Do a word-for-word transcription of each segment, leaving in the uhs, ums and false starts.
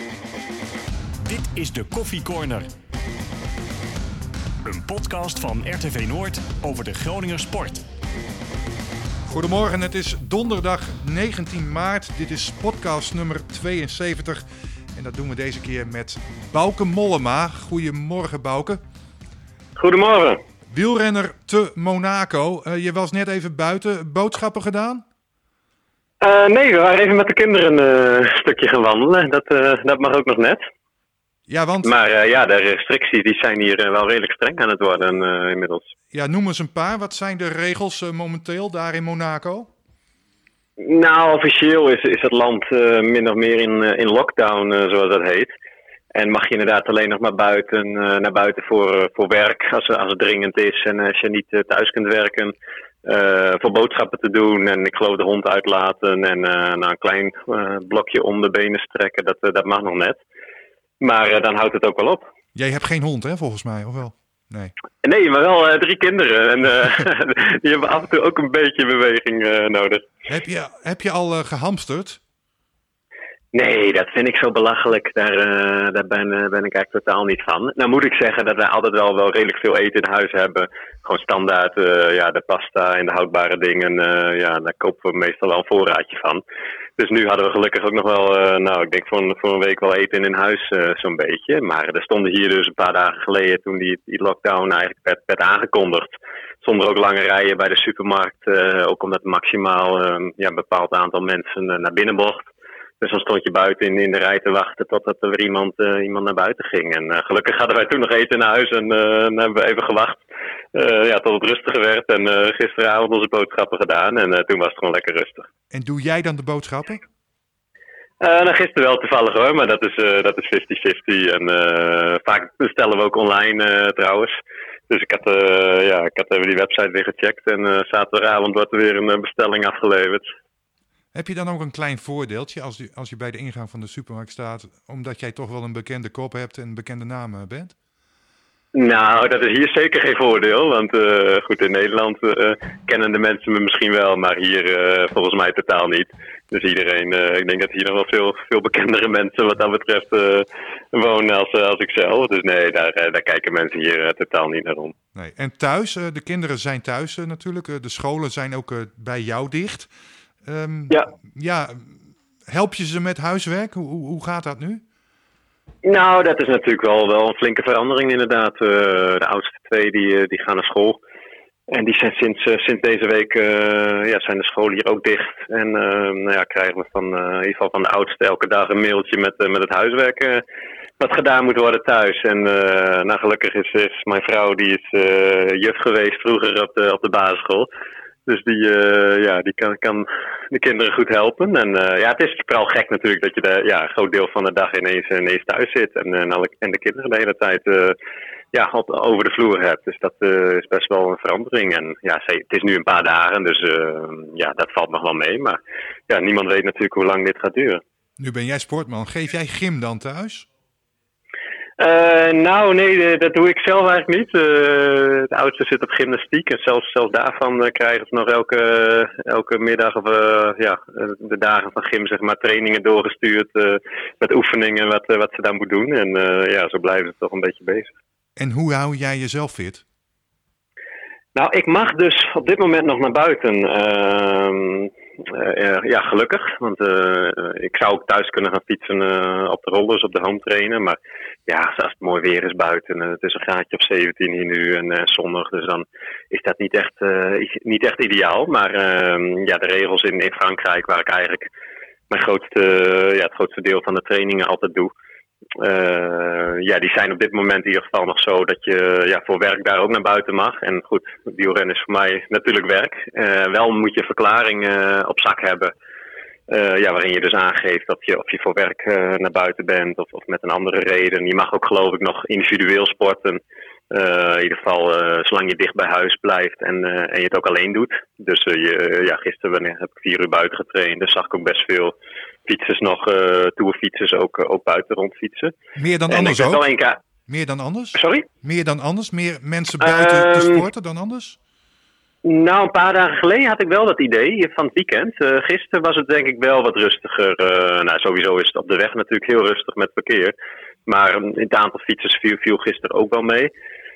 Dit is de Koffie Corner. Een podcast van R T V Noord over de Groninger sport. Goedemorgen, het is donderdag negentien maart. Dit is podcast nummer tweeënzeventig. En dat doen we deze keer met Bouke Mollema. Goedemorgen, Bouke. Goedemorgen. Wielrenner te Monaco. Uh, je was net even buiten. Boodschappen gedaan? Uh, nee, we waren even met de kinderen uh, een stukje gaan wandelen. Dat, uh, dat mag ook nog net. Ja, want... Maar uh, ja, de restricties die zijn hier uh, wel redelijk streng aan het worden uh, inmiddels. Ja, noem eens een paar. Wat zijn de regels uh, momenteel daar in Monaco? Nou, officieel is, is het land uh, min of meer in, uh, in lockdown, uh, zoals dat heet. En mag je inderdaad alleen nog maar buiten, uh, naar buiten voor, uh, voor werk, als, als het dringend is. En als je niet uh, thuis kunt werken, uh, voor boodschappen te doen. En ik geloof de hond uitlaten en uh, nou, een klein uh, blokje om de benen strekken, dat, uh, dat mag nog net. Maar uh, dan houdt het ook wel op. Jij hebt geen hond, hè, volgens mij, of wel? Nee. Nee, maar wel uh, drie kinderen. En uh, die hebben af en toe ook een beetje beweging uh, nodig. Heb je, heb je al uh, gehamsterd? Nee, dat vind ik zo belachelijk. Daar, uh, daar ben, uh, ben ik eigenlijk totaal niet van. Nou moet ik zeggen dat wij altijd wel, wel redelijk veel eten in huis hebben. Gewoon standaard, uh, ja, de pasta en de houdbare dingen. Uh, ja, daar kopen we meestal wel een voorraadje van. Dus nu hadden we gelukkig ook nog wel, uh, nou ik denk voor een, voor een week wel eten in huis uh, zo'n beetje. Maar er stonden hier dus een paar dagen geleden, toen die, die lockdown eigenlijk werd, werd aangekondigd. Stonden er ook lange rijen bij de supermarkt. Uh, ook omdat maximaal uh, ja, een bepaald aantal mensen uh, naar binnen mocht. Dus dan stond je buiten in, in de rij te wachten totdat er weer iemand, uh, iemand naar buiten ging. En uh, gelukkig hadden wij toen nog eten in huis en uh, dan hebben we even gewacht uh, ja, tot het rustiger werd. En uh, gisteravond onze boodschappen gedaan en uh, toen was het gewoon lekker rustig. En doe jij dan de boodschappen? Uh, nou, gisteren wel toevallig hoor, maar dat is, uh, dat is vijftig vijftig. En uh, vaak bestellen we ook online uh, trouwens. Dus ik had, uh, ja, ik had even die website weer gecheckt en uh, zaterdagavond wordt er weer een uh, bestelling afgeleverd. Heb je dan ook een klein voordeeltje als je, als je bij de ingang van de supermarkt staat, omdat jij toch wel een bekende kop hebt en een bekende naam bent? Nou, dat is hier zeker geen voordeel, want uh, goed, in Nederland uh, kennen de mensen me misschien wel, maar hier uh, volgens mij totaal niet. Dus iedereen, uh, ik denk dat hier nog wel veel, veel bekendere mensen wat dat betreft uh, wonen als, uh, als ik zelf. Dus nee, daar, uh, daar kijken mensen hier uh, totaal niet naar om. Nee. En thuis, uh, de kinderen zijn thuis uh, natuurlijk, uh, de scholen zijn ook uh, bij jou dicht. Um, ja. ja, help je ze met huiswerk? Hoe, hoe gaat dat nu? Nou, dat is natuurlijk wel, wel een flinke verandering inderdaad. Uh, de oudste twee die, die gaan naar school. En die zijn sinds, uh, sinds deze week uh, ja, zijn de scholen hier ook dicht. En uh, nou ja, krijgen we van, uh, in ieder geval van de oudste elke dag een mailtje met, uh, met het huiswerk uh, wat gedaan moet worden thuis. En uh, nou, gelukkig is, is mijn vrouw, die is uh, juf geweest vroeger op de, op de basisschool. Dus die, uh, ja, die kan, kan de kinderen goed helpen. En uh, ja, het is vooral gek natuurlijk dat je de, ja, een groot deel van de dag ineens, ineens thuis zit. En, en, alle, en de kinderen de hele tijd uh, ja, op, over de vloer hebt. Dus dat uh, is best wel een verandering. En ja, het is nu een paar dagen, dus uh, ja, dat valt nog wel mee. Maar ja, niemand weet natuurlijk hoe lang dit gaat duren. Nu ben jij sportman. Geef jij gym dan thuis? Uh, nou, nee, dat doe ik zelf eigenlijk niet. Uh, de oudste zit op gymnastiek en zelfs, zelfs daarvan uh, krijgen ze nog elke, elke middag of uh, ja, de dagen van gym, zeg maar, trainingen doorgestuurd uh, met oefeningen wat, uh, wat ze daar moet doen. En uh, ja, zo blijven ze toch een beetje bezig. En hoe hou jij jezelf fit? Nou, ik mag dus op dit moment nog naar buiten. Uh, uh, ja, gelukkig. Want uh, ik zou ook thuis kunnen gaan fietsen uh, op de rollers, op de home trainer. Maar ja, als het mooi weer is buiten, uh, het is een graadje of zeventien hier nu en uh, zonnig. Dus dan is dat niet echt, uh, niet echt ideaal. Maar uh, ja, de regels in, in Frankrijk, waar ik eigenlijk mijn grootste, uh, ja, het grootste deel van de trainingen altijd doe. Uh, ja, die zijn op dit moment in ieder geval nog zo dat je ja, voor werk daar ook naar buiten mag. En goed, wielrennen is voor mij natuurlijk werk. Uh, wel moet je verklaring uh, op zak hebben. Uh, ja, waarin je dus aangeeft dat je, of je voor werk uh, naar buiten bent of, of met een andere reden. Je mag ook geloof ik nog individueel sporten. Uh, in ieder geval uh, zolang je dicht bij huis blijft en, uh, en je het ook alleen doet. Dus uh, je, ja, gisteren heb ik vier uur buiten getraind. Dus zag ik ook best veel fietsers nog, uh, tourfietsers ook, uh, ook buiten rondfietsen. Meer dan en anders ook? Een keer... Meer dan anders? Sorry? Meer dan anders? Meer mensen buiten uh, te sporten dan anders? Nou, een paar dagen geleden had ik wel dat idee van het weekend. Uh, gisteren was het denk ik wel wat rustiger. Uh, nou, sowieso is het op de weg natuurlijk heel rustig met verkeer. Maar um, het aantal fietsers viel, viel gisteren ook wel mee.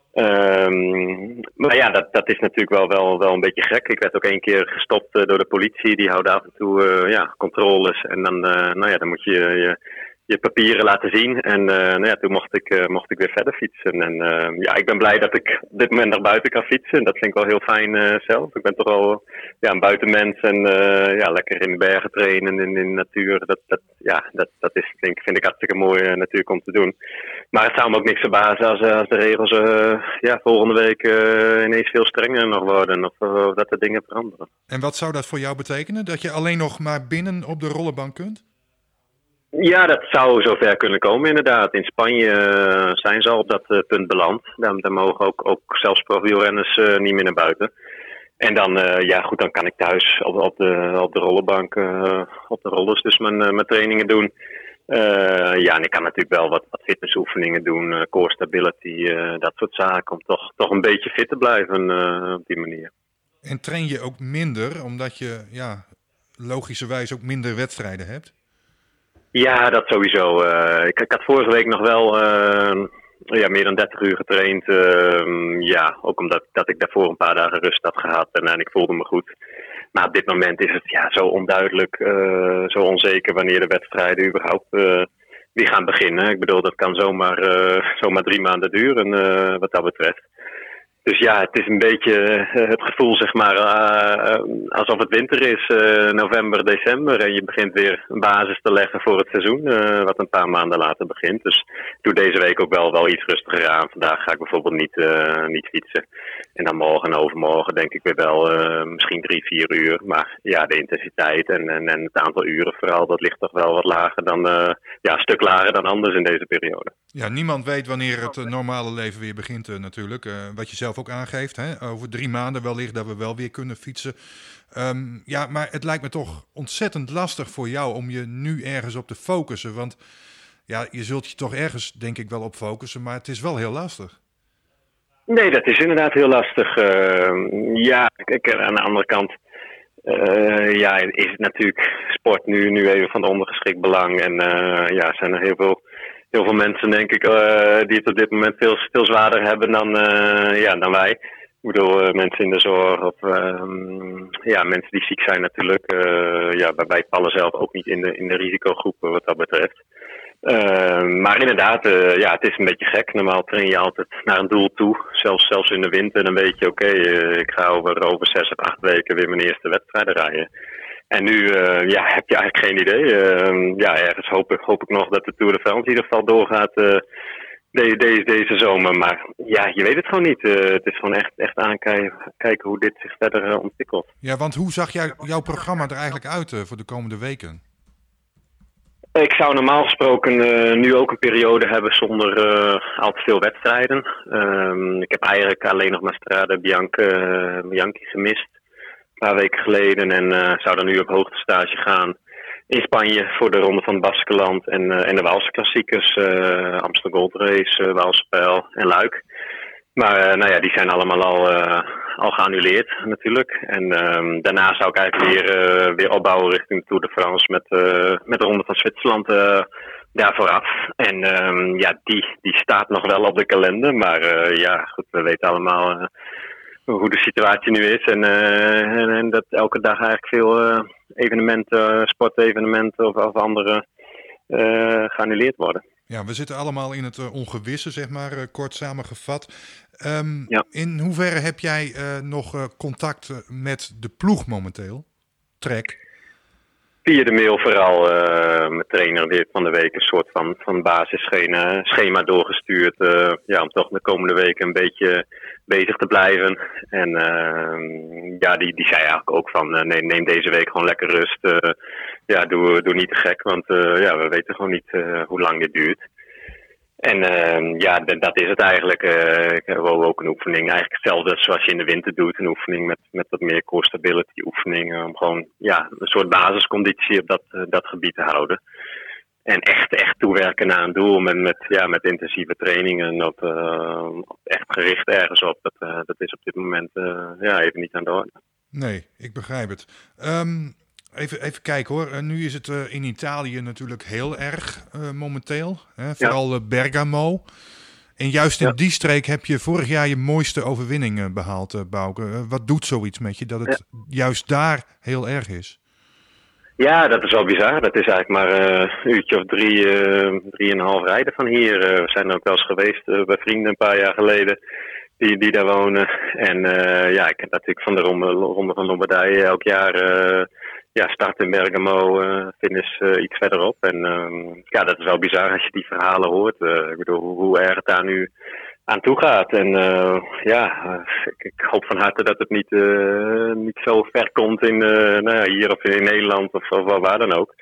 Um, maar ja, dat, dat is natuurlijk wel, wel, wel een beetje gek. Ik werd ook één keer gestopt uh, door de politie. Die houden af en toe uh, ja, controles. En dan, uh, nou ja, dan moet je je, je papieren laten zien. En uh, nou ja, toen mocht ik, uh, mocht ik weer verder fietsen. En uh, ja, ik ben blij dat ik op dit moment naar buiten kan fietsen. Dat vind ik wel heel fijn uh, zelf. Ik ben toch al ja, een buitenmens. En uh, ja, lekker in de bergen trainen, in, in de natuur. Dat, dat, ja, dat, dat is, vind, vind ik hartstikke mooi uh, natuurlijk om te doen. Maar het zou me ook niks verbazen als, als de regels uh, ja, volgende week uh, ineens veel strenger nog worden. Of, uh, of dat de dingen veranderen. En wat zou dat voor jou betekenen? Dat je alleen nog maar binnen op de rollenbank kunt? Ja, dat zou zover kunnen komen inderdaad. In Spanje uh, zijn ze al op dat uh, punt beland. Daar, daar mogen ook, ook zelfs profielrenners uh, niet meer naar buiten. En dan, uh, ja goed, dan kan ik thuis op, op, de, op de rollenbank, uh, op de rollers dus mijn, uh, mijn trainingen doen. Uh, ja, en ik kan natuurlijk wel wat, wat fitnessoefeningen doen, uh, core stability, uh, dat soort zaken. Om toch, toch een beetje fit te blijven uh, op die manier. En train je ook minder, omdat je ja, logischerwijs ook minder wedstrijden hebt? Ja, dat sowieso. Uh, ik, ik had vorige week nog wel uh, ja, meer dan dertig uur getraind. Uh, ja, ook omdat dat ik daarvoor een paar dagen rust had gehad en, en ik voelde me goed. Maar op dit moment is het ja, zo onduidelijk, uh, zo onzeker wanneer de wedstrijden überhaupt uh, weer gaan beginnen. Ik bedoel, dat kan zomaar, uh, zomaar drie maanden duren uh, wat dat betreft. Dus ja, het is een beetje uh, het gevoel, zeg maar, uh, uh, alsof het winter is, uh, november, december. En je begint weer een basis te leggen voor het seizoen, uh, wat een paar maanden later begint. Dus ik doe deze week ook wel, wel iets rustiger aan. Vandaag ga ik bijvoorbeeld niet, uh, niet fietsen. En dan morgen en overmorgen denk ik weer wel uh, misschien drie, vier uur. Maar ja, de intensiteit en, en, en het aantal uren vooral, dat ligt toch wel wat lager dan, uh, ja, een stuk lager dan anders in deze periode. Ja, niemand weet wanneer het uh, normale leven weer begint uh, natuurlijk. Uh, wat je zelf ook aangeeft, hè? Over drie maanden wellicht dat we wel weer kunnen fietsen. Um, ja, maar het lijkt me toch ontzettend lastig voor jou om je nu ergens op te focussen. Want ja, je zult je toch ergens denk ik wel op focussen, maar het is wel heel lastig. Nee, dat is inderdaad heel lastig. Uh, ja, kijk, aan de andere kant uh, ja, is het natuurlijk sport nu, nu even van ondergeschikt belang. En uh, ja, zijn er heel veel... Heel veel mensen, denk ik, uh, die het op dit moment veel, veel zwaarder hebben dan, uh, ja, dan wij. Ik bedoel, uh, mensen in de zorg of uh, ja, mensen die ziek zijn natuurlijk. Uh, ja, wij vallen zelf ook niet in de, in de risicogroepen wat dat betreft. Uh, maar inderdaad, uh, ja, het is een beetje gek. Normaal train je altijd naar een doel toe. Zelfs, zelfs in de winter, dan weet je, oké, okay, uh, ik ga over, over zes of acht weken weer mijn eerste wedstrijden rijden. En nu uh, ja, heb je eigenlijk geen idee. Uh, ja, ergens hoop ik, hoop ik nog dat de Tour de France in ieder geval doorgaat uh, de, deze, deze zomer. Maar ja, je weet het gewoon niet. Uh, het is gewoon echt, echt aankijken kijken hoe dit zich verder uh, ontwikkelt. Ja, want hoe zag jij, jouw programma er eigenlijk uit uh, voor de komende weken? Ik zou normaal gesproken uh, nu ook een periode hebben zonder uh, al te veel wedstrijden. Um, ik heb eigenlijk alleen nog maar Strade Bianche, uh, Bianchi gemist. Een paar weken geleden en uh, zou dan nu op hoogtestage gaan in Spanje voor de Ronde van het Baskenland en, uh, en de Waalse klassiekers, uh, Amstel Gold Race, uh, Waalse Pijl en Luik. Maar uh, nou ja, die zijn allemaal al, uh, al geannuleerd natuurlijk. En uh, daarna zou ik eigenlijk weer, uh, weer opbouwen richting de Tour de France met, uh, met de Ronde van Zwitserland uh, daar vooraf. En uh, ja, die, die staat nog wel op de kalender, maar uh, ja, goed, we weten allemaal... Uh, hoe de situatie nu is en, uh, en, en dat elke dag eigenlijk veel uh, evenementen, sportevenementen of, of andere uh, geannuleerd worden. Ja, we zitten allemaal in het uh, ongewisse, zeg maar, uh, kort samengevat. Um, ja. In hoeverre heb jij uh, nog uh, contact met de ploeg momenteel? Trek? Via de mail vooral. Uh, mijn trainer heeft van de week een soort van, van basisschema schema doorgestuurd. Uh, ja, om toch de komende weken een beetje bezig te blijven. En uh, ja, die, die zei eigenlijk ook van uh, neem, neem deze week gewoon lekker rust. Uh, ja, doe, doe niet te gek, want uh, ja, we weten gewoon niet uh, hoe lang dit duurt. En uh, ja, d- dat is het eigenlijk. Uh, ik heb ook een oefening, eigenlijk hetzelfde zoals je in de winter doet. Een oefening met, met wat meer core stability oefeningen. Om gewoon ja, een soort basisconditie op dat, uh, dat gebied te houden. En echt, echt toewerken naar een doel met, met, ja, met intensieve trainingen. Op, uh, op echt gericht ergens op. Dat, uh, dat is op dit moment uh, ja, even niet aan de orde. Nee, ik begrijp het. Um, even, even kijken hoor. Uh, nu is het uh, in Italië natuurlijk heel erg uh, momenteel. Hè? Vooral ja. uh, Bergamo. En juist in ja. die streek heb je vorig jaar je mooiste overwinning uh, behaald, uh, Bouke. Uh, wat doet zoiets met je dat het ja. juist daar heel erg is? Ja, dat is wel bizar. Dat is eigenlijk maar uh, een uurtje of drie, uh, drieënhalf rijden van hier. Uh, we zijn er ook wel eens geweest uh, bij vrienden een paar jaar geleden die, die daar wonen. En uh, ja, ik heb natuurlijk van de Ronde, ronde van Lombardije elk jaar uh, ja, start in Bergamo, uh, finish uh, iets verderop. En uh, ja, dat is wel bizar als je die verhalen hoort. Uh, ik bedoel, hoe, hoe erg het daar nu aan toe gaat. En uh, ja, ik, ik hoop van harte dat het niet, uh, niet zo ver komt in, uh, nou ja, hier of in Nederland of, of waar dan ook.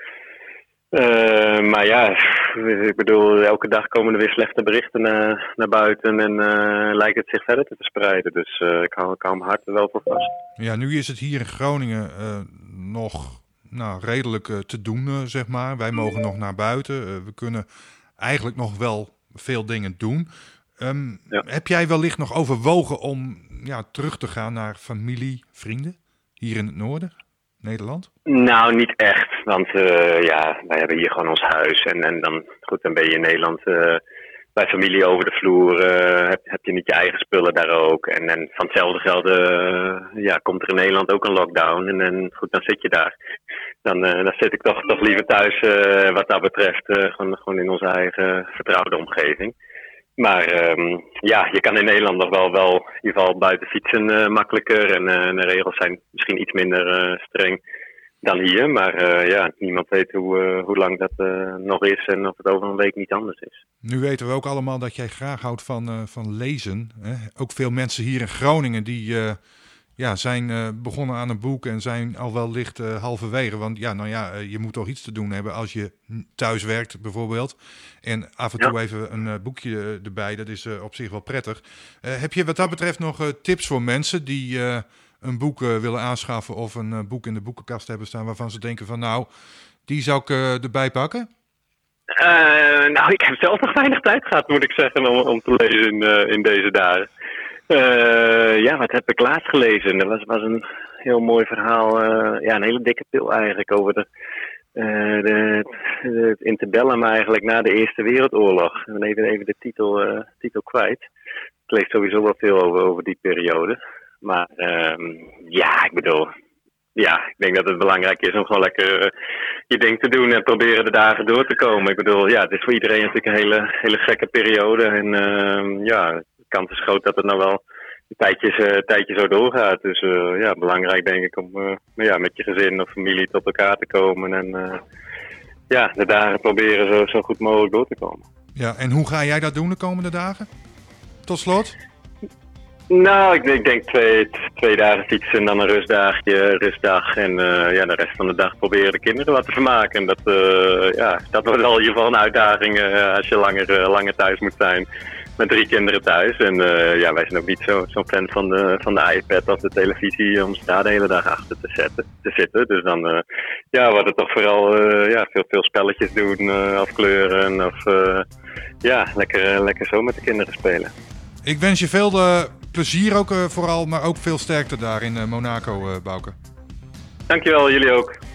Uh, maar ja, ik bedoel, elke dag komen er weer slechte berichten naar, naar buiten en uh, lijkt het zich verder te verspreiden. Dus uh, ik hou, ik hou mijn hart er wel voor vast. Ja, nu is het hier in Groningen uh, nog nou, redelijk uh, te doen, uh, zeg maar. Wij mogen nog naar buiten. Uh, we kunnen eigenlijk nog wel veel dingen doen. Um, ja. Heb jij wellicht nog overwogen om ja, terug te gaan naar familie, vrienden hier in het noorden, Nederland? Nou, niet echt. Want uh, ja, wij hebben hier gewoon ons huis. En, en dan, goed, dan ben je in Nederland uh, bij familie over de vloer. Uh, heb, heb je niet je eigen spullen daar ook. En, en van hetzelfde geld uh, ja, komt er in Nederland ook een lockdown. En, en goed, dan zit je daar. Dan, uh, dan zit ik toch, toch liever thuis uh, wat dat betreft. Uh, gewoon, gewoon in onze eigen vertrouwde omgeving. Maar um, ja, je kan in Nederland nog wel, wel in ieder geval buiten fietsen uh, makkelijker. En uh, de regels zijn misschien iets minder uh, streng dan hier. Maar uh, ja, niemand weet hoe, uh, hoe lang dat uh, nog is en of het over een week niet anders is. Nu weten we ook allemaal dat jij graag houdt van, uh, van lezen. Hè? Ook veel mensen hier in Groningen die uh, ja, zijn uh, begonnen aan een boek en zijn al wel licht uh, halverwege. Want ja, nou ja, uh, je moet toch iets te doen hebben als je thuis werkt bijvoorbeeld. En af en toe ja. even een uh, boekje erbij, dat is uh, op zich wel prettig. Uh, heb je wat dat betreft nog uh, tips voor mensen die uh, een boek uh, willen aanschaffen of een uh, boek in de boekenkast hebben staan waarvan ze denken van nou, die zou ik uh, erbij pakken? Uh, nou, ik heb zelf nog weinig tijd gehad, moet ik zeggen, om, om te lezen in, uh, in deze dagen. Uh, ja, wat heb ik laatst gelezen? Dat was, was een heel mooi verhaal, uh, ja, een hele dikke pil eigenlijk over de, uh, de, de, het interbellum eigenlijk na de Eerste Wereldoorlog. Ik ben even, even de titel, uh, titel kwijt. Ik lees sowieso wel veel over, over die periode. Maar uh, ja, ik bedoel, ja, ik denk dat het belangrijk is om gewoon lekker uh, je ding te doen en proberen de dagen door te komen. Ik bedoel, ja, het is voor iedereen natuurlijk een hele, hele gekke periode en uh, ja, de kans is groot dat het nou wel een tijdje, uh, tijdje zo doorgaat. Dus uh, ja, belangrijk denk ik om uh, ja, met je gezin of familie tot elkaar te komen. En uh, ja, de dagen proberen zo, zo goed mogelijk door te komen. Ja, en hoe ga jij dat doen de komende dagen? Tot slot? Nou, ik, ik denk twee, twee dagen fietsen en dan een rustdagje, rustdag. En uh, ja, de rest van de dag proberen de kinderen wat te vermaken. En dat, uh, ja, dat wordt wel in ieder geval een uitdaging uh, als je langer, uh, langer thuis moet zijn. Met drie kinderen thuis. En uh, ja, wij zijn ook niet zo, zo'n fan van de, van de iPad of de televisie om ze daar de hele dag achter te, zetten, te zitten. Dus dan uh, ja, wordt het toch vooral uh, ja, veel, veel spelletjes doen uh, of kleuren. Of uh, ja, lekker, uh, lekker zo met de kinderen spelen. Ik wens je veel uh, plezier ook uh, vooral, maar ook veel sterkte daar in uh, Monaco, uh, Bouke. Dankjewel, jullie ook.